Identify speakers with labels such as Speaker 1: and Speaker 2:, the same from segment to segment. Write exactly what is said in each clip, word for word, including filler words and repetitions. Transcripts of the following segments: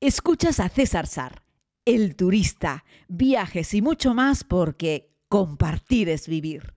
Speaker 1: Escuchas a César Sar, el turista, viajes y mucho más porque compartir es vivir.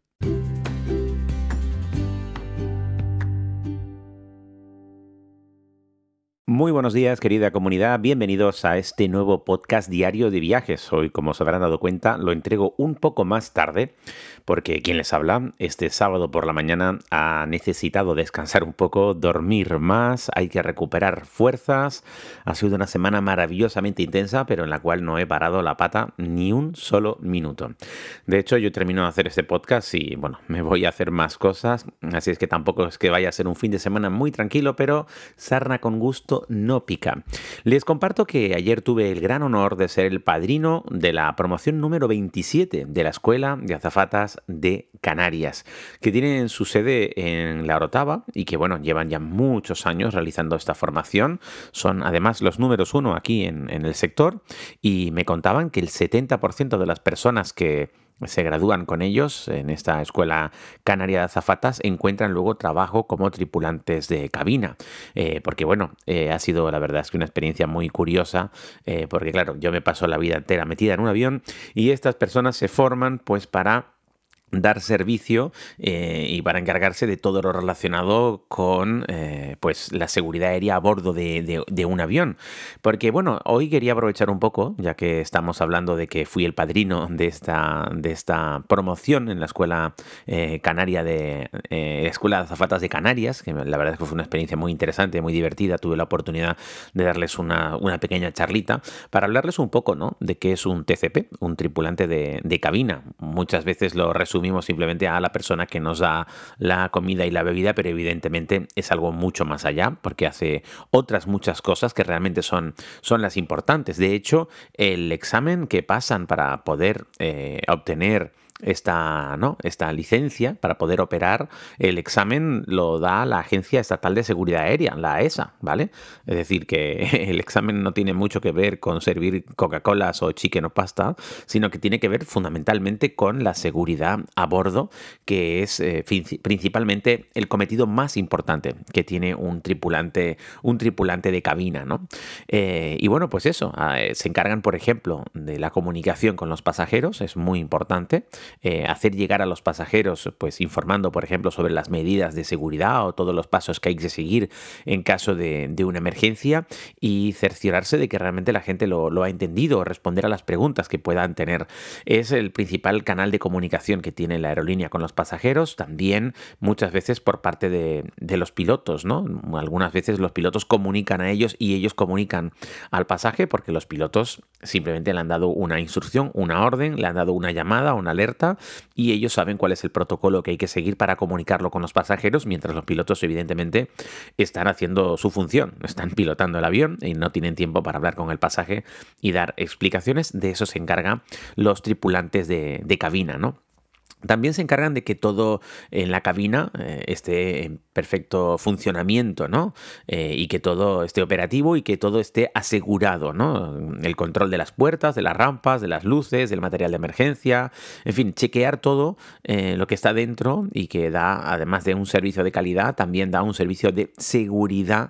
Speaker 2: Muy buenos días, querida comunidad. Bienvenidos a este nuevo podcast diario de viajes. Hoy, como se habrán dado cuenta, lo entrego un poco más tarde porque quien les habla este sábado por la mañana ha necesitado descansar un poco, dormir más, hay que recuperar fuerzas. Ha sido una semana maravillosamente intensa, pero en la cual no he parado la pata ni un solo minuto. De hecho, yo termino de hacer este podcast y, bueno, me voy a hacer más cosas, así es que tampoco es que vaya a ser un fin de semana muy tranquilo, pero sarna con gusto no pica. Les comparto que ayer tuve el gran honor de ser el padrino de la promoción número veintisiete de la Escuela de Azafatas de Canarias, que tienen su sede en La Orotava y que, bueno, llevan ya muchos años realizando esta formación. Son además los números uno aquí en, en el sector y me contaban que el setenta por ciento de las personas que se gradúan con ellos en esta Escuela Canaria de Azafatas encuentran luego trabajo como tripulantes de cabina, eh, porque bueno, eh, ha sido la verdad es que una experiencia muy curiosa, eh, porque claro, yo me paso la vida entera metida en un avión y estas personas se forman pues para dar servicio eh, y para encargarse de todo lo relacionado con eh, pues la seguridad aérea a bordo de, de, de un avión. Porque bueno, hoy quería aprovechar un poco, ya que estamos hablando de que fui el padrino de esta, de esta promoción en la Escuela eh, Canaria de eh, Escuela de Azafatas de Canarias, que la verdad es que fue una experiencia muy interesante, muy divertida. Tuve la oportunidad de darles una, una pequeña charlita para hablarles un poco, ¿no?, de qué es un T C P, un tripulante de, de cabina. Muchas veces lo resumimos simplemente a la persona que nos da la comida y la bebida, pero evidentemente es algo mucho más allá porque hace otras muchas cosas que realmente son, son las importantes. De hecho, el examen que pasan para poder eh, obtener esta, ¿no? esta licencia para poder operar, el examen lo da la Agencia Estatal de Seguridad Aérea, la E S A, ¿vale? Es decir, que el examen no tiene mucho que ver con servir Coca-Colas o chicken o pasta, sino que tiene que ver fundamentalmente con la seguridad a bordo, que es eh, principalmente el cometido más importante que tiene un tripulante, un tripulante de cabina, ¿no? Eh, y bueno, pues eso, eh, se encargan, por ejemplo, de la comunicación con los pasajeros, es muy importante. Eh, hacer llegar a los pasajeros, pues informando, por ejemplo, sobre las medidas de seguridad o todos los pasos que hay que seguir en caso de, de una emergencia y cerciorarse de que realmente la gente lo, lo ha entendido o responder a las preguntas que puedan tener. Es el principal canal de comunicación que tiene la aerolínea con los pasajeros, también muchas veces por parte de, de los pilotos, ¿no? Algunas veces los pilotos comunican a ellos y ellos comunican al pasaje porque los pilotos simplemente le han dado una instrucción, una orden, le han dado una llamada, una alerta y ellos saben cuál es el protocolo que hay que seguir para comunicarlo con los pasajeros, mientras los pilotos evidentemente están haciendo su función, están pilotando el avión y no tienen tiempo para hablar con el pasaje y dar explicaciones. De eso se encargan los tripulantes de, de cabina, ¿no? También se encargan de que todo en la cabina eh, esté en perfecto funcionamiento, ¿no? Eh, y que todo esté operativo y que todo esté asegurado, ¿no? El control de las puertas, de las rampas, de las luces, del material de emergencia, en fin, chequear todo eh, lo que está dentro y que da, además de un servicio de calidad, también da un servicio de seguridad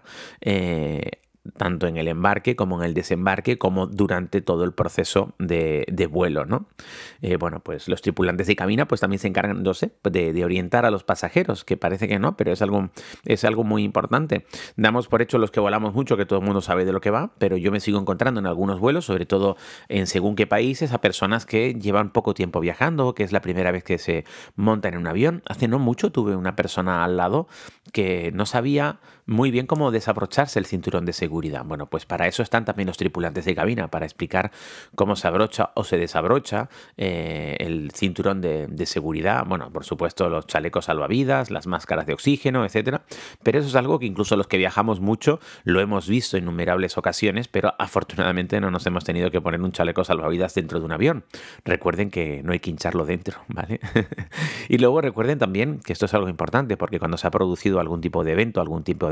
Speaker 2: eh, tanto en el embarque como en el desembarque, como durante todo el proceso de, de vuelo, ¿no? Eh, bueno, pues los tripulantes de cabina pues también se encargan, no sé, de, de orientar a los pasajeros, que parece que no, pero es algo, es algo muy importante. Damos por hecho los que volamos mucho que todo el mundo sabe de lo que va, pero yo me sigo encontrando en algunos vuelos, sobre todo en según qué países, a personas que llevan poco tiempo viajando, que es la primera vez que se montan en un avión. Hace no mucho tuve una persona al lado que no sabía muy bien cómo desabrocharse el cinturón de seguridad. Bueno, pues para eso están también los tripulantes de cabina, para explicar cómo se abrocha o se desabrocha eh, el cinturón de, de seguridad. Bueno, por supuesto, los chalecos salvavidas, las máscaras de oxígeno, etcétera. Pero eso es algo que incluso los que viajamos mucho lo hemos visto en innumerables ocasiones, pero afortunadamente no nos hemos tenido que poner un chaleco salvavidas dentro de un avión. Recuerden que no hay que hincharlo dentro, ¿vale? Y luego recuerden también que esto es algo importante, porque cuando se ha producido algún tipo de evento, algún tipo de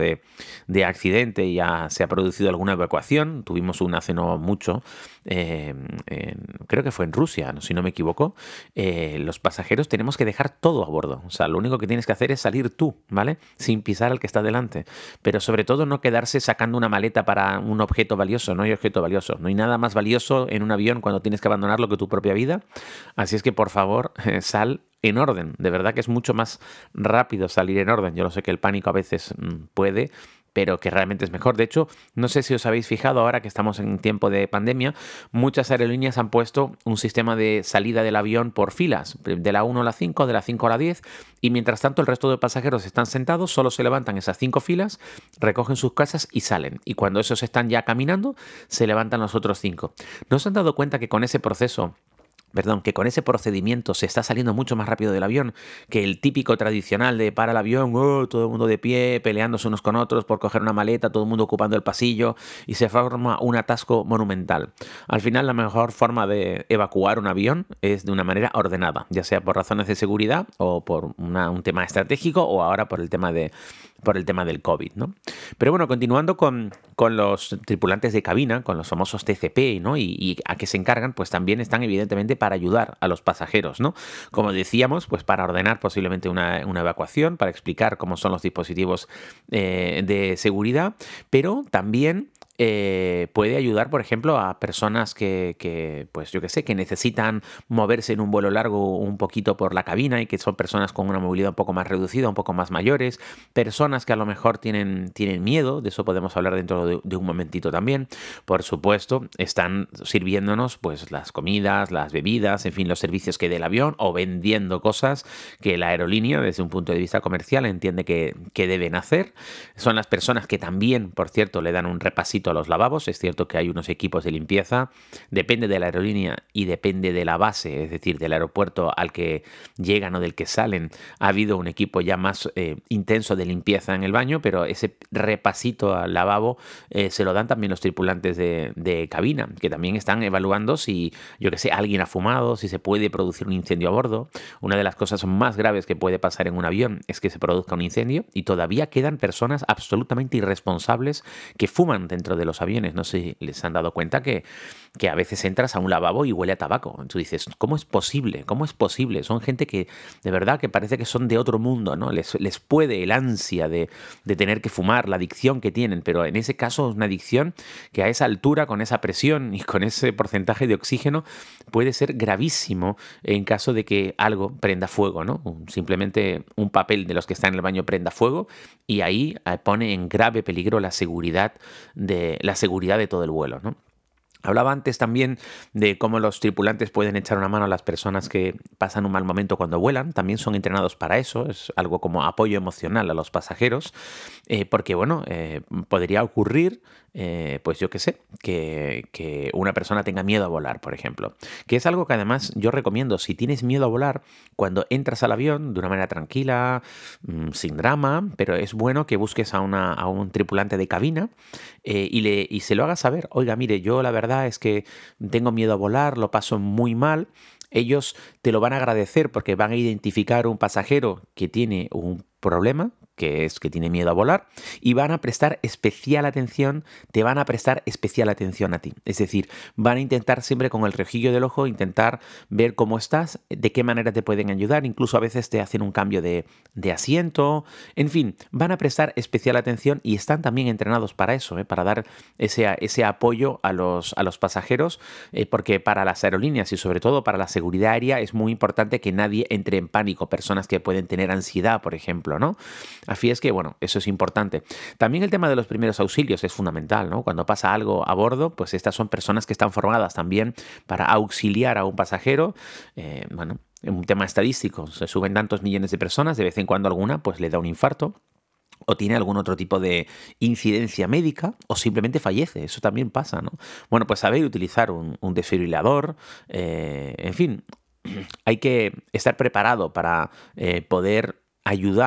Speaker 2: de, de accidente y ya se ha producido alguna evacuación. Tuvimos una hace no mucho, eh, en, creo que fue en Rusia, si no me equivoco. Eh, los pasajeros tenemos que dejar todo a bordo. O sea, lo único que tienes que hacer es salir tú, ¿vale? Sin pisar al que está delante. Pero sobre todo no quedarse sacando una maleta para un objeto valioso. No hay objeto valioso. No hay nada más valioso en un avión cuando tienes que abandonarlo que tu propia vida. Así es que, por favor, eh, sal en orden. De verdad que es mucho más rápido salir en orden. Yo lo sé que el pánico a veces mmm, puede, pero que realmente es mejor. De hecho, no sé si os habéis fijado, ahora que estamos en tiempo de pandemia, muchas aerolíneas han puesto un sistema de salida del avión por filas, de la uno a la cinco, de la cinco a la diez, y mientras tanto el resto de pasajeros están sentados, solo se levantan esas cinco filas, recogen sus casas y salen. Y cuando esos están ya caminando, se levantan los otros cinco. ¿No os han dado cuenta que con ese proceso Perdón, que con ese procedimiento se está saliendo mucho más rápido del avión que el típico tradicional de para el avión, oh, todo el mundo de pie, peleándose unos con otros por coger una maleta, todo el mundo ocupando el pasillo y se forma un atasco monumental? Al final, la mejor forma de evacuar un avión es de una manera ordenada, ya sea por razones de seguridad o por una, un tema estratégico o ahora por el tema de por el tema del COVID, ¿no? Pero bueno, continuando con, con los tripulantes de cabina, con los famosos T C P, ¿no? Y, y a qué se encargan, pues también están evidentemente para ayudar a los pasajeros, ¿no? Como decíamos, pues para ordenar posiblemente una, una evacuación, para explicar cómo son los dispositivos eh, de seguridad, pero también Eh, puede ayudar, por ejemplo, a personas que, que, pues yo qué sé, que necesitan moverse en un vuelo largo un poquito por la cabina y que son personas con una movilidad un poco más reducida, un poco más mayores, personas que a lo mejor tienen, tienen miedo, de eso podemos hablar dentro de, de un momentito también. Por supuesto, están sirviéndonos pues las comidas, las bebidas, en fin, los servicios que dé el avión o vendiendo cosas que la aerolínea, desde un punto de vista comercial, entiende que, que deben hacer. Son las personas que también, por cierto, le dan un repasito a los lavabos. Es cierto que hay unos equipos de limpieza, depende de la aerolínea y depende de la base, es decir, del aeropuerto al que llegan o del que salen. Ha habido un equipo ya más eh, intenso de limpieza en el baño, pero ese repasito al lavabo eh, se lo dan también los tripulantes de, de cabina, que también están evaluando si, yo que sé, alguien ha fumado, si se puede producir un incendio a bordo. Una de las cosas más graves que puede pasar en un avión es que se produzca un incendio y todavía quedan personas absolutamente irresponsables que fuman dentro de los aviones. No sé si les han dado cuenta que, que a veces entras a un lavabo y huele a tabaco. Tú dices, ¿cómo es posible? ¿Cómo es posible? Son gente que de verdad que parece que son de otro mundo, ¿no? Les, les puede el ansia de, de tener que fumar, la adicción que tienen, pero en ese caso es una adicción que a esa altura, con esa presión y con ese porcentaje de oxígeno, puede ser gravísimo en caso de que algo prenda fuego, ¿no? Simplemente un papel de los que están en el baño prenda fuego y ahí pone en grave peligro la seguridad de, la seguridad de todo el vuelo, ¿no? Hablaba antes también de cómo los tripulantes pueden echar una mano a las personas que pasan un mal momento cuando vuelan. También son entrenados para eso. Es algo como apoyo emocional a los pasajeros. Eh, porque, bueno, eh, podría ocurrir, eh, pues yo qué sé, que, que una persona tenga miedo a volar, por ejemplo. Que es algo que además yo recomiendo. Si tienes miedo a volar, cuando entras al avión de una manera tranquila, mmm, sin drama, pero es bueno que busques a, una, a un tripulante de cabina eh, y, le, y se lo hagas saber. Oiga, mire, yo la verdad es que tengo miedo a volar, lo paso muy mal. Ellos te lo van a agradecer porque van a identificar un pasajero que tiene un problema, que es que tiene miedo a volar, y van a prestar especial atención, te van a prestar especial atención a ti. Es decir, van a intentar siempre con el rejillo del ojo, intentar ver cómo estás, de qué manera te pueden ayudar, incluso a veces te hacen un cambio de, de asiento, en fin, van a prestar especial atención y están también entrenados para eso, ¿eh? Para dar ese, ese apoyo a los, a los pasajeros, eh, porque para las aerolíneas y sobre todo para la seguridad aérea es muy importante que nadie entre en pánico, personas que pueden tener ansiedad, por ejemplo, ¿no? Así es que, bueno, eso es importante. También el tema de los primeros auxilios es fundamental, ¿no? Cuando pasa algo a bordo, pues estas son personas que están formadas también para auxiliar a un pasajero. Eh, bueno, en un tema estadístico, se suben tantos millones de personas, de vez en cuando alguna pues le da un infarto, o tiene algún otro tipo de incidencia médica, o simplemente fallece. Eso también pasa, ¿no? Bueno, pues saber utilizar un, un desfibrilador, eh, en fin, hay que estar preparado para eh, poder ayudar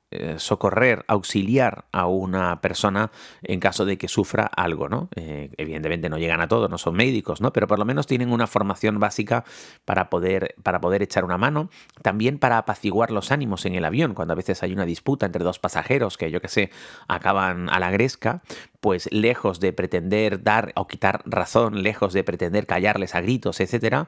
Speaker 2: eh, socorrer, auxiliar a una persona en caso de que sufra algo, ¿no? Eh, evidentemente no llegan a todo, no son médicos, ¿no? Pero por lo menos tienen una formación básica para poder, para poder echar una mano. También para apaciguar los ánimos en el avión, cuando a veces hay una disputa entre dos pasajeros que, yo qué sé, acaban a la gresca, pues lejos de pretender dar o quitar razón, lejos de pretender callarles a gritos, etcétera,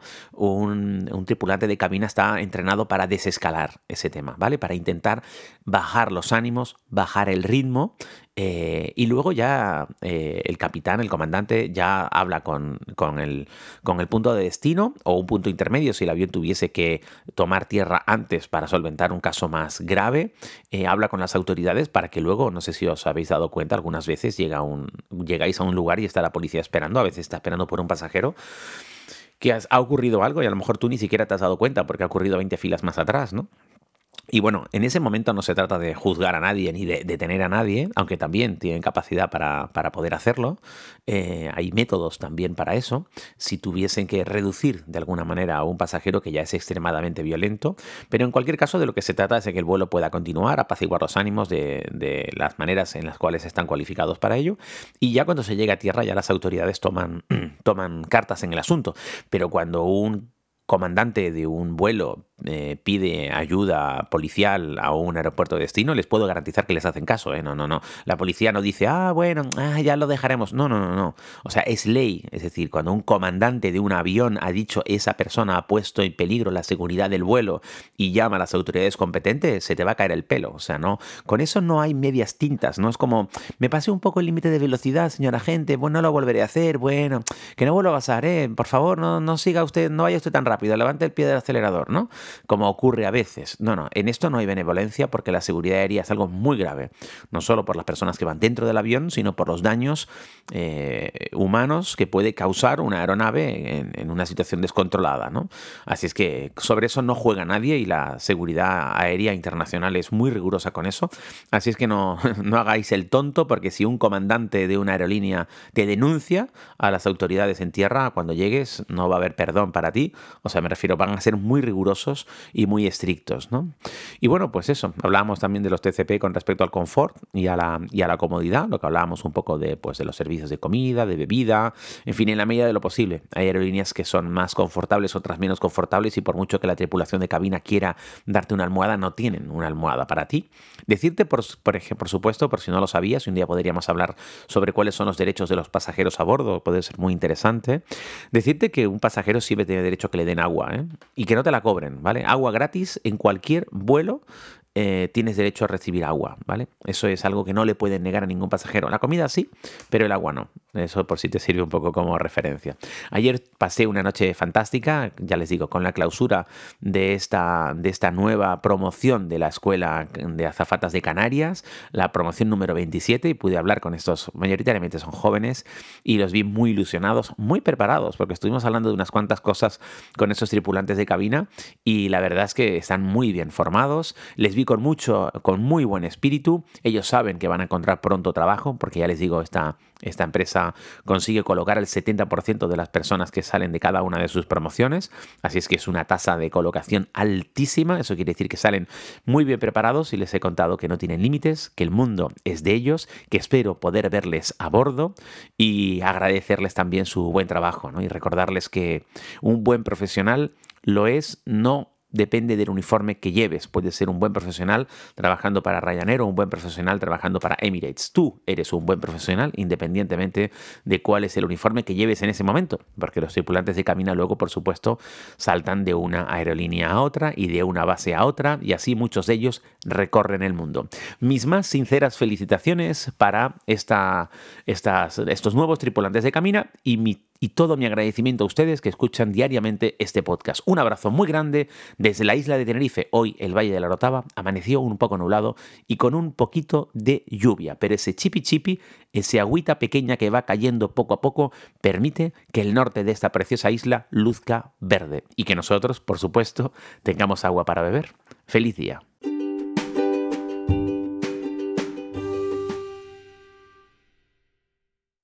Speaker 2: un, un tripulante de cabina está entrenado para desescalar ese tema, ¿vale? Para intentar bajar los ánimos, bajar el ritmo. Eh, y luego ya eh, el capitán, el comandante, ya habla con, con, el, con el punto de destino o un punto intermedio si el avión tuviese que tomar tierra antes para solventar un caso más grave. Eh, habla con las autoridades para que luego, no sé si os habéis dado cuenta, algunas veces llega un, llegáis a un lugar y está la policía esperando, a veces está esperando por un pasajero, que has, ha ocurrido algo y a lo mejor tú ni siquiera te has dado cuenta porque ha ocurrido veinte filas más atrás, ¿no? Y bueno, en ese momento no se trata de juzgar a nadie ni de detener a nadie, aunque también tienen capacidad para, para poder hacerlo. Eh, hay métodos también para eso. Si tuviesen que reducir de alguna manera a un pasajero que ya es extremadamente violento, pero en cualquier caso de lo que se trata es de que el vuelo pueda continuar, apaciguar los ánimos de, de las maneras en las cuales están cualificados para ello. Y ya cuando se llega a tierra ya las autoridades toman, toman cartas en el asunto. Pero cuando un comandante de un vuelo eh, pide ayuda policial a un aeropuerto de destino, les puedo garantizar que les hacen caso, ¿eh? No, no, no. La policía no dice, ah, bueno, ah, ya lo dejaremos. No, no, no, no. O sea, es ley. Es decir, cuando un comandante de un avión ha dicho esa persona ha puesto en peligro la seguridad del vuelo y llama a las autoridades competentes, se te va a caer el pelo. O sea, no, con eso no hay medias tintas. No es como, me pasé un poco el límite de velocidad, señor agente, bueno, no lo volveré a hacer, bueno, que no vuelva a pasar, ¿eh? Por favor, no, no siga usted, no vaya usted tan rápido, levante el pie del acelerador, ¿no? Como ocurre a veces. No, no, en esto no hay benevolencia porque la seguridad aérea es algo muy grave, no solo por las personas que van dentro del avión, sino por los daños eh, humanos que puede causar una aeronave en, en una situación descontrolada, ¿no? Así es que sobre eso no juega nadie y la seguridad aérea internacional es muy rigurosa con eso. Así es que no, no hagáis el tonto, porque si un comandante de una aerolínea te denuncia a las autoridades en tierra, cuando llegues no va a haber perdón para ti. O sea, me refiero, van a ser muy rigurosos y muy estrictos, ¿no? Y bueno, pues eso, hablábamos también de los T C P con respecto al confort y a la, y a la comodidad, lo que hablábamos un poco de, pues, de los servicios de comida, de bebida, en fin, en la medida de lo posible. Hay aerolíneas que son más confortables, otras menos confortables, y por mucho que la tripulación de cabina quiera darte una almohada, no tienen una almohada para ti. Decirte, por, por, ejemplo, por supuesto, por si no lo sabías, un día podríamos hablar sobre cuáles son los derechos de los pasajeros a bordo, puede ser muy interesante. Decirte que un pasajero siempre tiene derecho a que le den agua, ¿eh? Y que no te la cobren, ¿vale? Agua gratis en cualquier vuelo. Eh, tienes derecho a recibir agua, ¿vale? Eso es algo que no le pueden negar a ningún pasajero. La comida sí, pero el agua no. Eso por si te sirve un poco como referencia. Ayer pasé una noche fantástica, ya les digo, con la clausura de esta, de esta nueva promoción de la Escuela de Azafatas de Canarias, la promoción número veintisiete, y pude hablar con estos, mayoritariamente son jóvenes, y los vi muy ilusionados, muy preparados, porque estuvimos hablando de unas cuantas cosas con esos tripulantes de cabina, y la verdad es que están muy bien formados. Les vi con mucho, con muy buen espíritu. Ellos saben que van a encontrar pronto trabajo, porque ya les digo, esta, esta empresa consigue colocar el setenta por ciento de las personas que salen de cada una de sus promociones, así es que es una tasa de colocación altísima. Eso quiere decir que salen muy bien preparados, y les he contado que no tienen límites, que el mundo es de ellos, que espero poder verles a bordo y agradecerles también su buen trabajo, ¿no? Y recordarles que un buen profesional lo es, no depende del uniforme que lleves. Puedes ser un buen profesional trabajando para Ryanair o un buen profesional trabajando para Emirates. Tú eres un buen profesional independientemente de cuál es el uniforme que lleves en ese momento, porque los tripulantes de cabina luego, por supuesto, saltan de una aerolínea a otra y de una base a otra, y así muchos de ellos recorren el mundo. Mis más sinceras felicitaciones para esta, estas, estos nuevos tripulantes de cabina, y mi Y todo mi agradecimiento a ustedes que escuchan diariamente este podcast. Un abrazo muy grande desde la isla de Tenerife. Hoy el Valle de la Orotava amaneció un poco nublado y con un poquito de lluvia. Pero ese chipi chipi, ese agüita pequeña que va cayendo poco a poco, permite que el norte de esta preciosa isla luzca verde. Y que nosotros, por supuesto, tengamos agua para beber. ¡Feliz día!